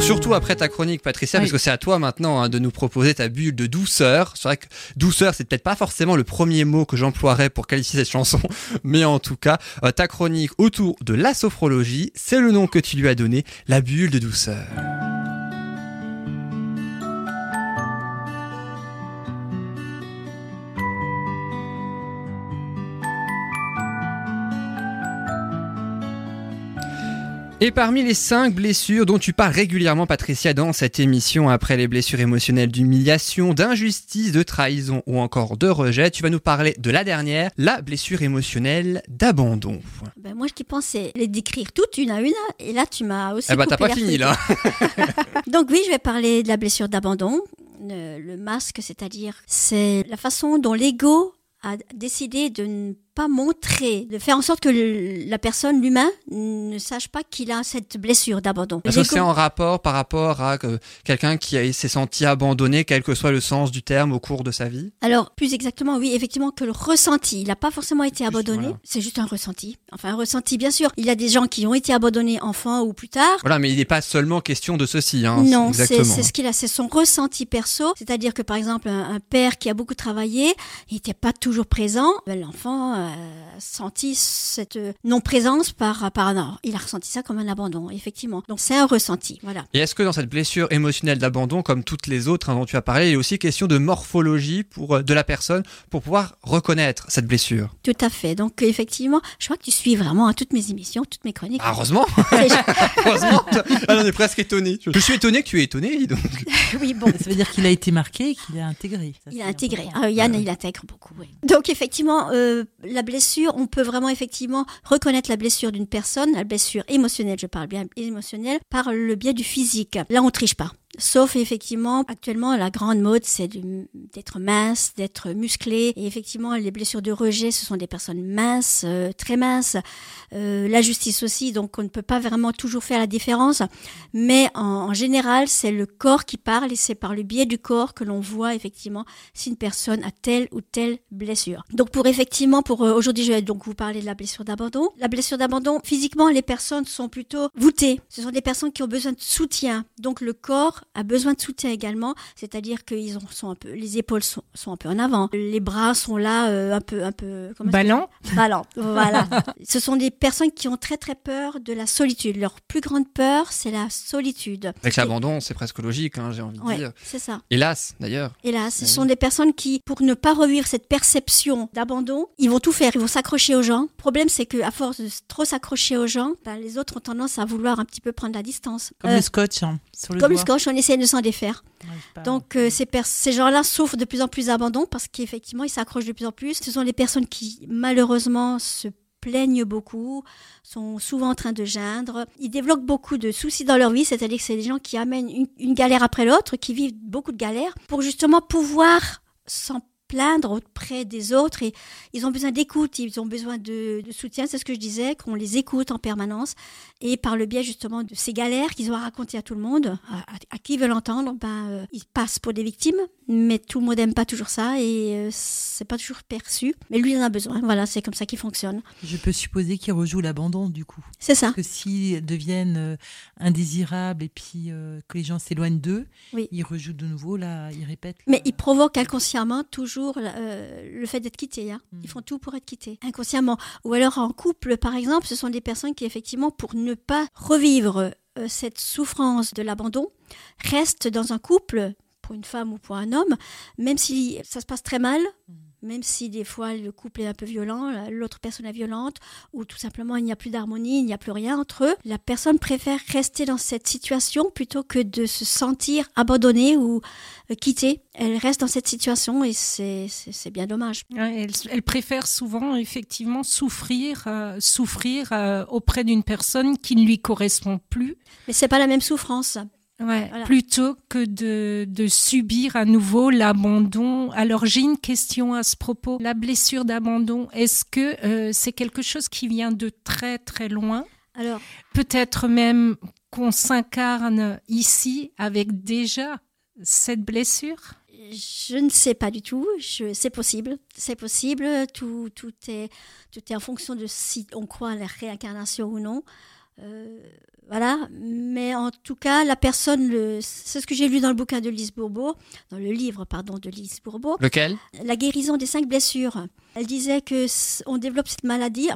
Surtout après ta chronique, Patricia, parce que c'est à toi maintenant de nous proposer ta bulle de douceur. C'est vrai que douceur, c'est peut-être pas forcément le premier mot que j'emploierais pour qualifier cette chanson, mais en tout cas, ta chronique autour de la sophrologie, c'est le nom que tu lui as donné, la bulle de douceur. Et parmi les 5 blessures dont tu parles régulièrement, Patricia, dans cette émission, après les blessures émotionnelles d'humiliation, d'injustice, de trahison ou encore de rejet, tu vas nous parler de la dernière, la blessure émotionnelle d'abandon. Moi, je pense c'est les décrire toutes une à une, et là, tu m'as aussi t'as pas fini, là. Donc oui, je vais parler de la blessure d'abandon. Le masque, c'est-à-dire, c'est la façon dont l'ego a décidé de ne pas montrer, de faire en sorte que la personne, l'humain, ne sache pas qu'il a cette blessure d'abandon. Est-ce que c'est en rapport par rapport à quelqu'un qui s'est senti abandonné, quel que soit le sens du terme, au cours de sa vie? Alors, plus exactement, oui, effectivement, que le ressenti, il n'a pas forcément été abandonné, voilà. C'est juste un ressenti. Enfin, un ressenti, bien sûr. Il y a des gens qui ont été abandonnés enfants ou plus tard. Voilà, mais il n'est pas seulement question de ceci. Non, c'est ce qu'il a, c'est son ressenti perso. C'est-à-dire que, par exemple, un père qui a beaucoup travaillé, il n'était pas toujours présent. L'enfant a senti cette non-présence non, il a ressenti ça comme un abandon, effectivement. Donc c'est un ressenti, voilà. Et est-ce que dans cette blessure émotionnelle d'abandon, comme toutes les autres dont tu as parlé, il est aussi question de morphologie de la personne pour pouvoir reconnaître cette blessure? Tout à fait. Donc effectivement, je crois que tu suis vraiment toutes mes émissions, toutes mes chroniques. Ah, heureusement. Heureusement. On est presque étonné. Je suis étonné que tu es étonné, donc. Oui, bon. Ça veut dire qu'il a été marqué et qu'il a intégré. Ça, il a intégré. Yann, il intègre beaucoup, oui. Donc effectivement, la blessure, on peut vraiment effectivement reconnaître la blessure d'une personne, la blessure émotionnelle, je parle bien émotionnelle, par le biais du physique. Là, on triche pas. Sauf effectivement, actuellement, la grande mode, c'est d'être mince, d'être musclé. Et effectivement, les blessures de rejet, ce sont des personnes minces, très minces. La justice aussi, donc on ne peut pas vraiment toujours faire la différence. Mais en général, c'est le corps qui parle et c'est par le biais du corps que l'on voit effectivement si une personne a telle ou telle blessure. Donc aujourd'hui, je vais donc vous parler de la blessure d'abandon. La blessure d'abandon, physiquement, les personnes sont plutôt voûtées. Ce sont des personnes qui ont besoin de soutien. Donc le corps a besoin de soutien également, c'est-à-dire que les épaules sont un peu en avant, les bras sont là un peu ballants, voilà. Ce sont des personnes qui ont très très peur de la solitude. Leur plus grande peur, c'est la solitude. Avec l'abandon, c'est presque logique, j'ai envie de dire. C'est ça. Hélas, d'ailleurs. Ce sont des personnes qui, pour ne pas revivre cette perception d'abandon, ils vont tout faire, ils vont s'accrocher aux gens. Le problème, c'est qu'à force de trop s'accrocher aux gens, les autres ont tendance à vouloir un petit peu prendre la distance. Comme le scotch sur le doigt. Comme le scotch, on essaie de s'en défaire. Donc ces gens-là souffrent de plus en plus d'abandon parce qu'effectivement, ils s'accrochent de plus en plus. Ce sont les personnes qui, malheureusement, se plaignent beaucoup, sont souvent en train de geindre. Ils développent beaucoup de soucis dans leur vie, c'est-à-dire que c'est des gens qui amènent une galère après l'autre, qui vivent beaucoup de galères pour justement pouvoir s'en plaindre auprès des autres, et ils ont besoin d'écoute, ils ont besoin de soutien, c'est ce que je disais, qu'on les écoute en permanence, et par le biais justement de ces galères qu'ils ont à raconter à tout le monde, à qui veut l'entendre, ils passent pour des victimes, mais tout le monde n'aime pas toujours ça, et c'est pas toujours perçu, mais lui il en a besoin, voilà, c'est comme ça qu'il fonctionne. Je peux supposer qu'il rejoue l'abandon du coup. C'est ça. Parce que s'ils deviennent indésirables et puis que les gens s'éloignent d'eux, oui. Ils rejouent de nouveau, là, ils répètent. Mais ils provoquent inconsciemment toujours le fait d'être quittés. Ils font tout pour être quittés, inconsciemment. Ou alors en couple, par exemple, ce sont des personnes qui, effectivement, pour ne pas revivre cette souffrance de l'abandon, restent dans un couple, pour une femme ou pour un homme, même si ça se passe très mal, même si des fois le couple est un peu violent, l'autre personne est violente, ou tout simplement il n'y a plus d'harmonie, il n'y a plus rien entre eux, la personne préfère rester dans cette situation plutôt que de se sentir abandonnée ou quittée. Elle reste dans cette situation et c'est bien dommage. Elle préfère souvent effectivement souffrir auprès d'une personne qui ne lui correspond plus. Mais c'est pas la même souffrance. Ouais, voilà. Plutôt que de subir à nouveau l'abandon. Alors j'ai une question à ce propos. La blessure d'abandon, est-ce que c'est quelque chose qui vient de très très loin ? Alors, peut-être même qu'on s'incarne ici avec déjà cette blessure ? Je ne sais pas du tout. C'est possible. Tout est en fonction de si on croit à la réincarnation ou non. Voilà, mais en tout cas, la personne, c'est ce que j'ai lu dans le bouquin de Lise Bourbeau, dans le livre, de Lise Bourbeau. Lequel ? La guérison des 5 blessures. Elle disait que on développe cette maladie,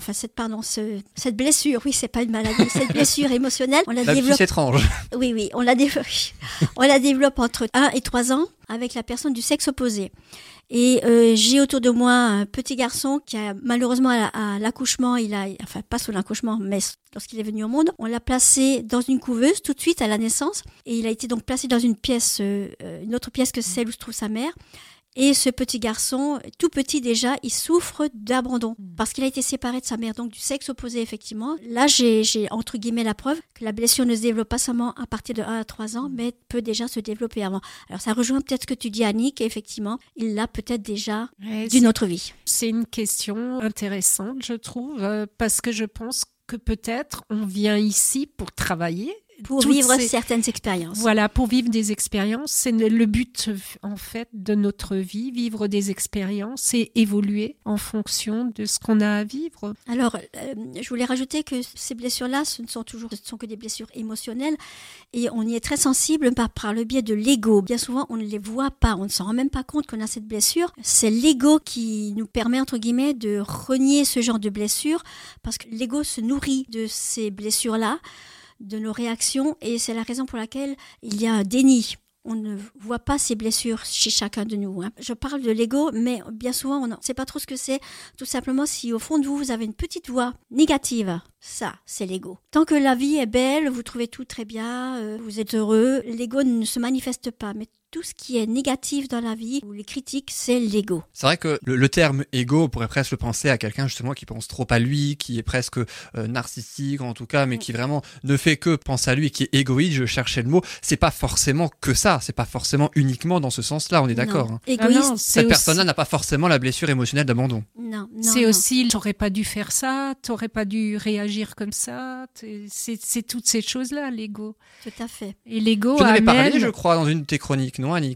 cette blessure, oui, c'est pas une maladie, cette blessure émotionnelle, on la développe. C'est étrange. Oui, on la développe entre 1 et 3 ans avec la personne du sexe opposé. Et j'ai autour de moi un petit garçon qui a malheureusement à l'accouchement, pas sous l'accouchement, mais lorsqu'il est venu au monde, on l'a placé dans une couveuse tout de suite à la naissance. Et il a été donc placé dans une pièce, une autre pièce que celle où se trouve sa mère. Et ce petit garçon, tout petit déjà, il souffre d'abandon parce qu'il a été séparé de sa mère, donc du sexe opposé effectivement. Là, j'ai entre guillemets la preuve que la blessure ne se développe pas seulement à partir de 1 à 3 ans, mais peut déjà se développer avant. Alors ça rejoint peut-être ce que tu dis Annick, effectivement, il l'a peut-être déjà d'une autre vie. C'est une question intéressante, je trouve, parce que je pense que peut-être on vient ici pour travailler. Pour vivre certaines expériences. Voilà, pour vivre des expériences. C'est le but, en fait, de notre vie, vivre des expériences et évoluer en fonction de ce qu'on a à vivre. Alors, je voulais rajouter que ces blessures-là, ce ne sont que des blessures émotionnelles et on y est très sensible par le biais de l'ego. Bien souvent, on ne les voit pas, on ne s'en rend même pas compte qu'on a cette blessure. C'est l'ego qui nous permet, entre guillemets, de renier ce genre de blessure parce que l'ego se nourrit de ces blessures-là, de nos réactions, et c'est la raison pour laquelle il y a un déni. On ne voit pas ces blessures chez chacun de nous. Je parle de l'ego, mais bien souvent, on ne sait pas trop ce que c'est. Tout simplement, si au fond de vous, vous avez une petite voix négative, ça, c'est l'ego. Tant que la vie est belle, vous trouvez tout très bien, vous êtes heureux, l'ego ne se manifeste pas. Mais tout ce qui est négatif dans la vie, ou les critiques, c'est l'ego. C'est vrai que le terme ego, on pourrait presque le penser à quelqu'un justement qui pense trop à lui, qui est presque narcissique en tout cas, mais qui vraiment ne fait que penser à lui et qui est égoïste, je cherchais le mot. C'est pas forcément que ça, c'est pas forcément uniquement dans ce sens-là, on est d'accord. Non. Égoïste, cette personne-là n'a pas forcément la blessure émotionnelle d'abandon. Non. Aussi, t'aurais pas dû faire ça, t'aurais pas dû réagir comme ça. C'est toutes ces choses-là, l'ego. Tout à fait. Et l'ego Tu en avais parlé, je crois, dans une de tes chroniques, non, Annick ?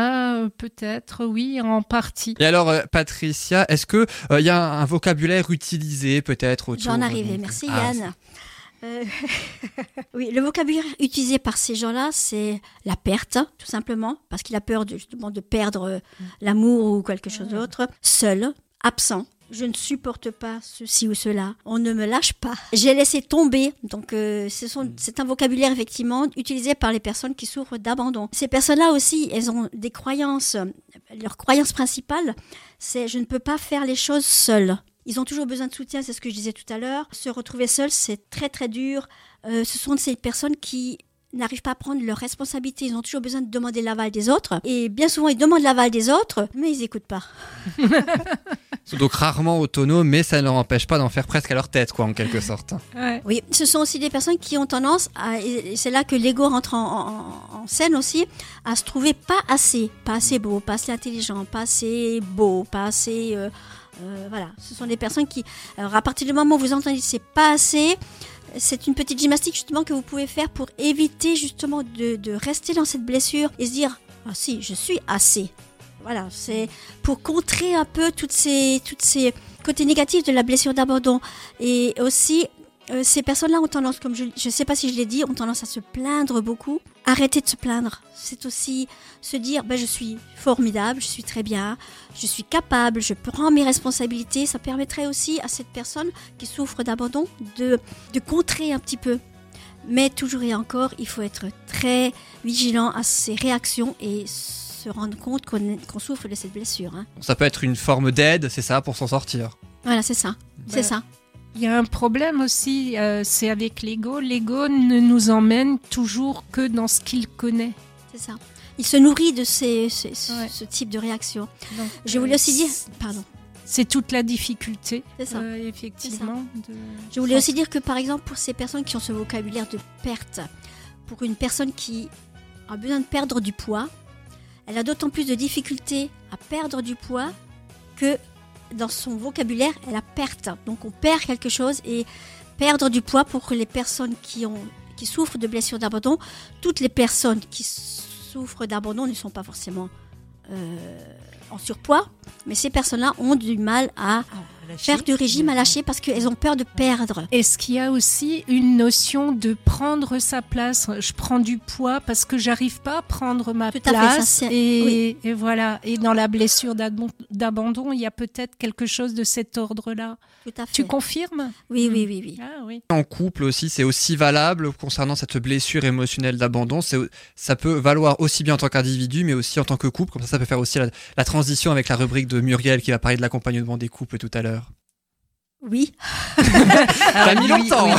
Peut-être, oui, en partie. Et alors, Patricia, est-ce que y a un vocabulaire utilisé peut-être autour ? J'en arrivais, merci Yann. Oui, le vocabulaire utilisé par ces gens-là, c'est la perte, tout simplement, parce qu'il a peur justement de perdre l'amour ou quelque chose d'autre. Seul, absent. Je ne supporte pas ceci ou cela. On ne me lâche pas. J'ai laissé tomber. Donc, c'est un vocabulaire effectivement utilisé par les personnes qui souffrent d'abandon. Ces personnes-là aussi, elles ont des croyances. Leur croyance principale, c'est je ne peux pas faire les choses seule. Ils ont toujours besoin de soutien, c'est ce que je disais tout à l'heure. Se retrouver seul, c'est très très dur. Ce sont ces personnes qui n'arrivent pas à prendre leurs responsabilités. Ils ont toujours besoin de demander l'aval des autres. Et bien souvent, ils demandent l'aval des autres, mais ils n'écoutent pas. Ils sont donc rarement autonomes, mais ça ne leur empêche pas d'en faire presque à leur tête, quoi, en quelque sorte. Ouais. Oui, ce sont aussi des personnes qui ont tendance, et c'est là que l'ego rentre en scène aussi, à se trouver pas assez beau, pas assez intelligent, pas assez beau, pas assez... voilà, ce sont des personnes qui... Alors, à partir du moment où vous entendez c'est pas assez... C'est une petite gymnastique justement que vous pouvez faire pour éviter justement de rester dans cette blessure et se dire « Ah si, je suis assez ». Voilà, c'est pour contrer un peu toutes ces côtés négatifs de la blessure d'abandon. Et aussi, ces personnes-là ont tendance, comme je ne sais pas si je l'ai dit, ont tendance à se plaindre beaucoup. Arrêtez de se plaindre. C'est aussi se dire je suis formidable, je suis très bien, je suis capable, je prends mes responsabilités. Ça permettrait aussi à cette personne qui souffre d'abandon de contrer un petit peu. Mais toujours et encore, il faut être très vigilant à ses réactions et se rendre compte qu'on souffre de cette blessure. Ça peut être une forme d'aide, c'est ça, pour s'en sortir. Voilà, c'est ça. C'est ça. Il y a un problème aussi, c'est avec l'ego. L'ego ne nous emmène toujours que dans ce qu'il connaît. C'est ça. Il se nourrit de ce type de réaction. Donc, je voulais aussi dire... Pardon. C'est toute la difficulté, c'est ça. effectivement. C'est ça. Je voulais aussi dire que, par exemple, pour ces personnes qui ont ce vocabulaire de perte, pour une personne qui a besoin de perdre du poids, elle a d'autant plus de difficultés à perdre du poids que dans son vocabulaire, elle a perte. Donc on perd quelque chose et perdre du poids pour les personnes qui souffrent de blessures d'abandon. Toutes les personnes qui souffrent d'abandon ne sont pas forcément en surpoids, mais ces personnes-là ont du mal à faire du régime, à lâcher parce qu'elles ont peur de perdre. Est-ce qu'il y a aussi une notion de prendre sa place? Je prends du poids parce que j'arrive pas à prendre ma place. Et voilà. Et dans la blessure d'abandon, il y a peut-être quelque chose de cet ordre-là. Tout à fait. Tu confirmes? Oui. Ah, oui. En couple aussi, c'est aussi valable concernant cette blessure émotionnelle d'abandon. Ça peut valoir aussi bien en tant qu'individu, mais aussi en tant que couple. Comme ça peut faire aussi la transition avec la rubrique de Muriel qui va parler de l'accompagnement des couples tout à l'heure. Oui. Ça a mis longtemps.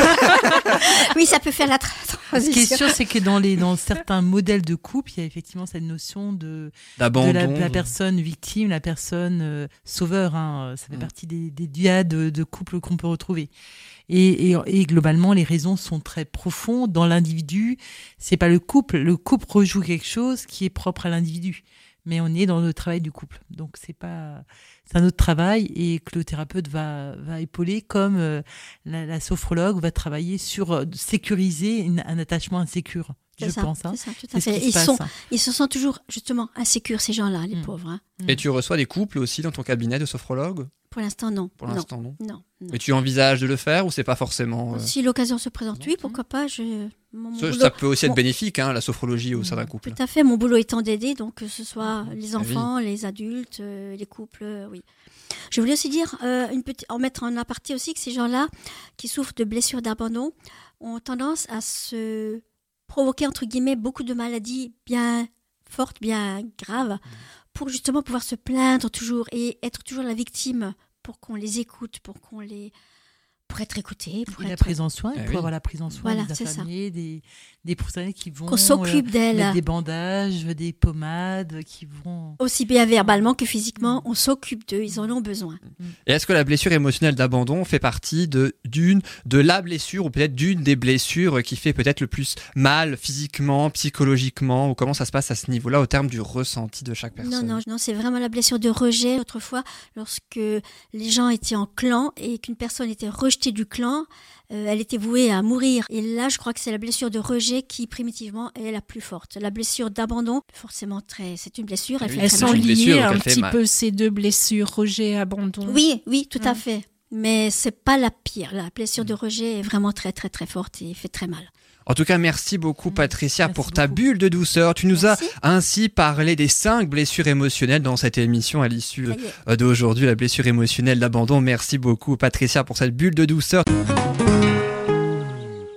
Oui, ça peut faire la transition. Ce qui est sûr, c'est que dans certains modèles de couple, il y a effectivement cette notion d'abandon, de la personne victime, la personne sauveur. Ça fait partie des dyades de couple qu'on peut retrouver. Et globalement, les raisons sont très profondes. Dans l'individu, c'est pas le couple. Le couple rejoue quelque chose qui est propre à l'individu. Mais on est dans le travail du couple. Donc, c'est un autre travail et que le thérapeute va épauler, comme la sophrologue va travailler sur sécuriser un attachement insécure. C'est ça, tout à fait. Ils se sentent toujours, justement, insécures, ces gens-là, les pauvres. Et tu reçois des couples aussi dans ton cabinet de sophrologue? Pour l'instant, non. Pour l'instant, non. Non. Et tu envisages de le faire ou c'est pas forcément... Si l'occasion se présente, oui, pourquoi pas. Ça peut aussi être bénéfique, la sophrologie au sein d'un couple. Tout à fait. Mon boulot étant d'aider, donc que ce soit les enfants, les adultes, les couples, oui. Je voulais aussi dire, en mettre en aparté aussi, que ces gens-là qui souffrent de blessures d'abandon ont tendance à se provoquer, entre guillemets, beaucoup de maladies bien fortes, bien graves, pour justement pouvoir se plaindre toujours et être toujours la victime, pour qu'on les écoute, pour être écouté. La prise en soin, pour avoir la prise en soin des infirmiers, des professionnels qui vont qu'on s'occupe d'elle. Mettre des bandages, des pommades, qui vont... Aussi bien verbalement que physiquement, on s'occupe d'eux, ils en ont besoin. Et est-ce que la blessure émotionnelle d'abandon fait partie de la blessure, ou peut-être d'une des blessures qui fait peut-être le plus mal physiquement, psychologiquement, ou comment ça se passe à ce niveau-là, au terme du ressenti de chaque personne? Non, c'est vraiment la blessure de rejet. Autrefois, lorsque les gens étaient en clan et qu'une personne était rejetée du clan, elle était vouée à mourir. Et là, je crois que c'est la blessure de rejet qui, primitivement, est la plus forte. La blessure d'abandon, forcément, c'est une blessure. Elles sont liées un petit peu, ces deux blessures, rejet et abandon. Oui, tout à fait. Mais c'est pas la pire. La blessure de rejet est vraiment très, très, très forte et fait très mal. En tout cas, merci beaucoup Patricia pour ta bulle de douceur. Tu nous as ainsi parlé des 5 blessures émotionnelles dans cette émission à l'issue d'aujourd'hui, la blessure émotionnelle d'abandon. Merci beaucoup Patricia pour cette bulle de douceur.